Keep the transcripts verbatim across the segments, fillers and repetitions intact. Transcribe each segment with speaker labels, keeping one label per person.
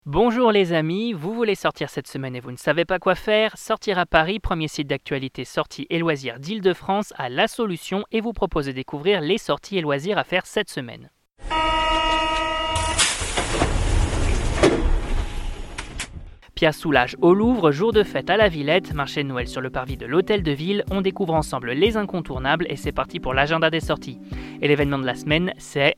Speaker 1: Bonjour les amis, vous voulez sortir cette semaine et vous ne savez pas quoi faire? Sortir à Paris, premier site d'actualité sorties et loisirs d'Île-de-France, a la solution et vous propose de découvrir les sorties et loisirs à faire cette semaine. Pierre Soulages au Louvre, jour de fête à la Villette, marché de Noël sur le parvis de l'Hôtel de Ville, on découvre ensemble les incontournables et c'est parti pour l'agenda des sorties. Et l'événement de la semaine, c'est...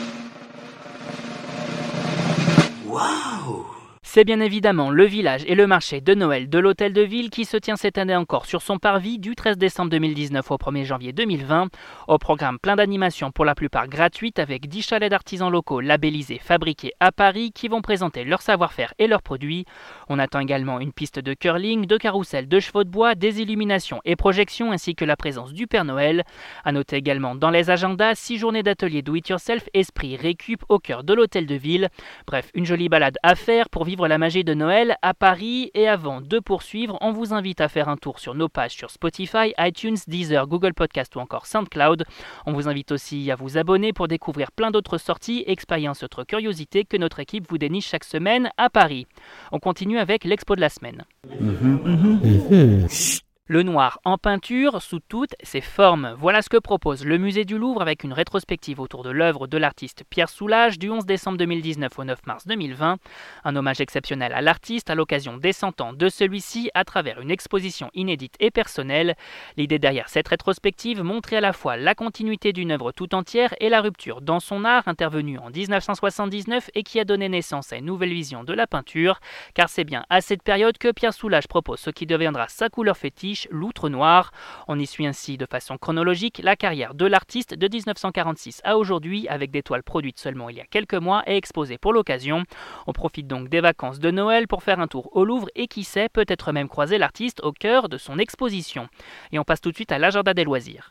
Speaker 2: Waouh!
Speaker 1: C'est bien évidemment le village et le marché de Noël de l'Hôtel de Ville qui se tient cette année encore sur son parvis du treize décembre deux mille dix-neuf au premier janvier deux mille vingt. Au programme plein d'animations pour la plupart gratuites avec dix chalets d'artisans locaux labellisés fabriqués à Paris qui vont présenter leur savoir-faire et leurs produits. On attend également une piste de curling, de carrousel, de chevaux de bois, des illuminations et projections ainsi que la présence du Père Noël. A noter également dans les agendas six journées d'ateliers do-it-yourself esprit récup au cœur de l'Hôtel de Ville. Bref, une jolie balade à faire pour vivre la magie de Noël à Paris. Et avant de poursuivre, on vous invite à faire un tour sur nos pages sur Spotify, iTunes, Deezer, Google Podcast ou encore SoundCloud. On vous invite aussi à vous abonner pour découvrir plein d'autres sorties, expériences et autres curiosités que notre équipe vous déniche chaque semaine à Paris. On continue avec l'expo de la semaine.
Speaker 2: Mmh. Mmh.
Speaker 1: Le noir en peinture sous toutes ses formes. Voilà ce que propose le musée du Louvre avec une rétrospective autour de l'œuvre de l'artiste Pierre Soulages du onze décembre deux mille dix-neuf au neuf mars deux mille vingt. Un hommage exceptionnel à l'artiste à l'occasion des cent ans de celui-ci à travers une exposition inédite et personnelle. L'idée derrière cette rétrospective, montrer à la fois la continuité d'une œuvre tout entière et la rupture dans son art intervenue en dix-neuf cent soixante-dix-neuf et qui a donné naissance à une nouvelle vision de la peinture. Car c'est bien à cette période que Pierre Soulages propose ce qui deviendra sa couleur fétiche, l'outre noir. On y suit ainsi de façon chronologique la carrière de l'artiste de dix-neuf cent quarante-six à aujourd'hui avec des toiles produites seulement il y a quelques mois et exposées pour l'occasion. On profite donc des vacances de Noël pour faire un tour au Louvre et qui sait peut-être même croiser l'artiste au cœur de son exposition. Et on passe tout de suite à l'agenda des loisirs.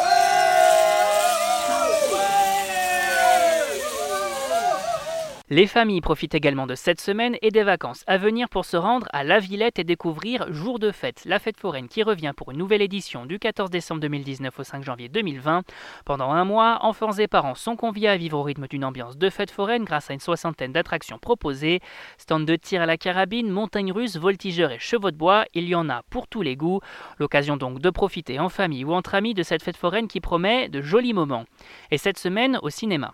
Speaker 1: Les familles profitent également de cette semaine et des vacances à venir pour se rendre à la Villette et découvrir Jour de fête, la fête foraine qui revient pour une nouvelle édition du quatorze décembre deux mille dix-neuf au cinq janvier deux mille vingt. Pendant un mois, enfants et parents sont conviés à vivre au rythme d'une ambiance de fête foraine grâce à une soixantaine d'attractions proposées. Stands de tir à la carabine, montagnes russes, voltigeurs et chevaux de bois, il y en a pour tous les goûts. L'occasion donc de profiter en famille ou entre amis de cette fête foraine qui promet de jolis moments. Et cette semaine au cinéma.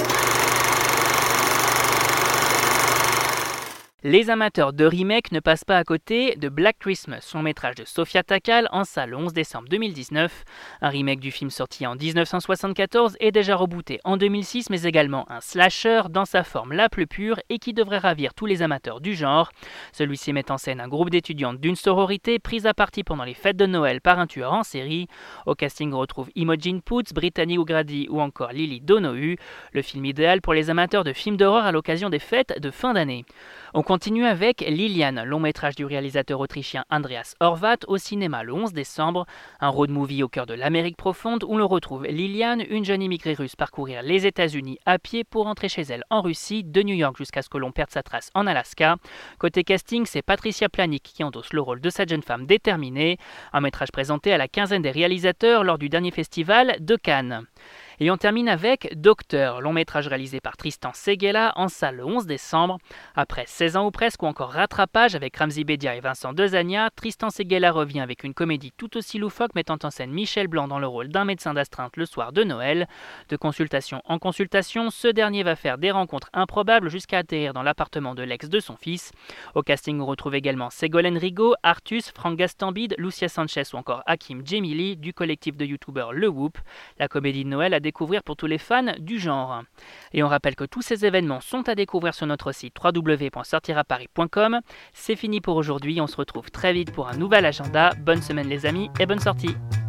Speaker 1: Les amateurs de remake ne passent pas à côté de Black Christmas, long métrage de Sofia Takal en salle le onze décembre deux mille dix-neuf. Un remake du film sorti en dix-neuf cent soixante-quatorze et déjà rebooté en deux mille six, mais également un slasher dans sa forme la plus pure et qui devrait ravir tous les amateurs du genre. Celui-ci met en scène un groupe d'étudiantes d'une sororité prise à partie pendant les fêtes de Noël par un tueur en série. Au casting on retrouve Imogen Poots, Brittany O'Grady ou encore Lily Donoghue. Le film idéal pour les amateurs de films d'horreur à l'occasion des fêtes de fin d'année. On continue avec Liliane, long métrage du réalisateur autrichien Andreas Horvath au cinéma le onze décembre. Un road movie au cœur de l'Amérique profonde où l'on retrouve Liliane, une jeune immigrée russe, parcourir les États-Unis à pied pour rentrer chez elle en Russie, de New York jusqu'à ce que l'on perde sa trace en Alaska. Côté casting, c'est Patricia Planik qui endosse le rôle de cette jeune femme déterminée. Un métrage présenté à la quinzaine des réalisateurs lors du dernier festival de Cannes. Et on termine avec Docteur, long métrage réalisé par Tristan Seguela en salle le onze décembre. Après seize ans ou presque ou encore rattrapage avec Ramzy Bedia et Vincent Dezania, Tristan Seguela revient avec une comédie tout aussi loufoque mettant en scène Michel Blanc dans le rôle d'un médecin d'astreinte le soir de Noël. De consultation en consultation, ce dernier va faire des rencontres improbables jusqu'à atterrir dans l'appartement de l'ex de son fils. Au casting on retrouve également Ségolène Rigaud, Artus, Franck Gastambide, Lucia Sanchez ou encore Hakim Djemili du collectif de youtubeurs Le Whoop. La comédie de Noël a découvrir pour tous les fans du genre. Et on rappelle que tous ces événements sont à découvrir sur notre site w w w point sortir à paris point com. C'est fini pour aujourd'hui, on se retrouve très vite pour un nouvel agenda. Bonne semaine les amis et bonne sortie.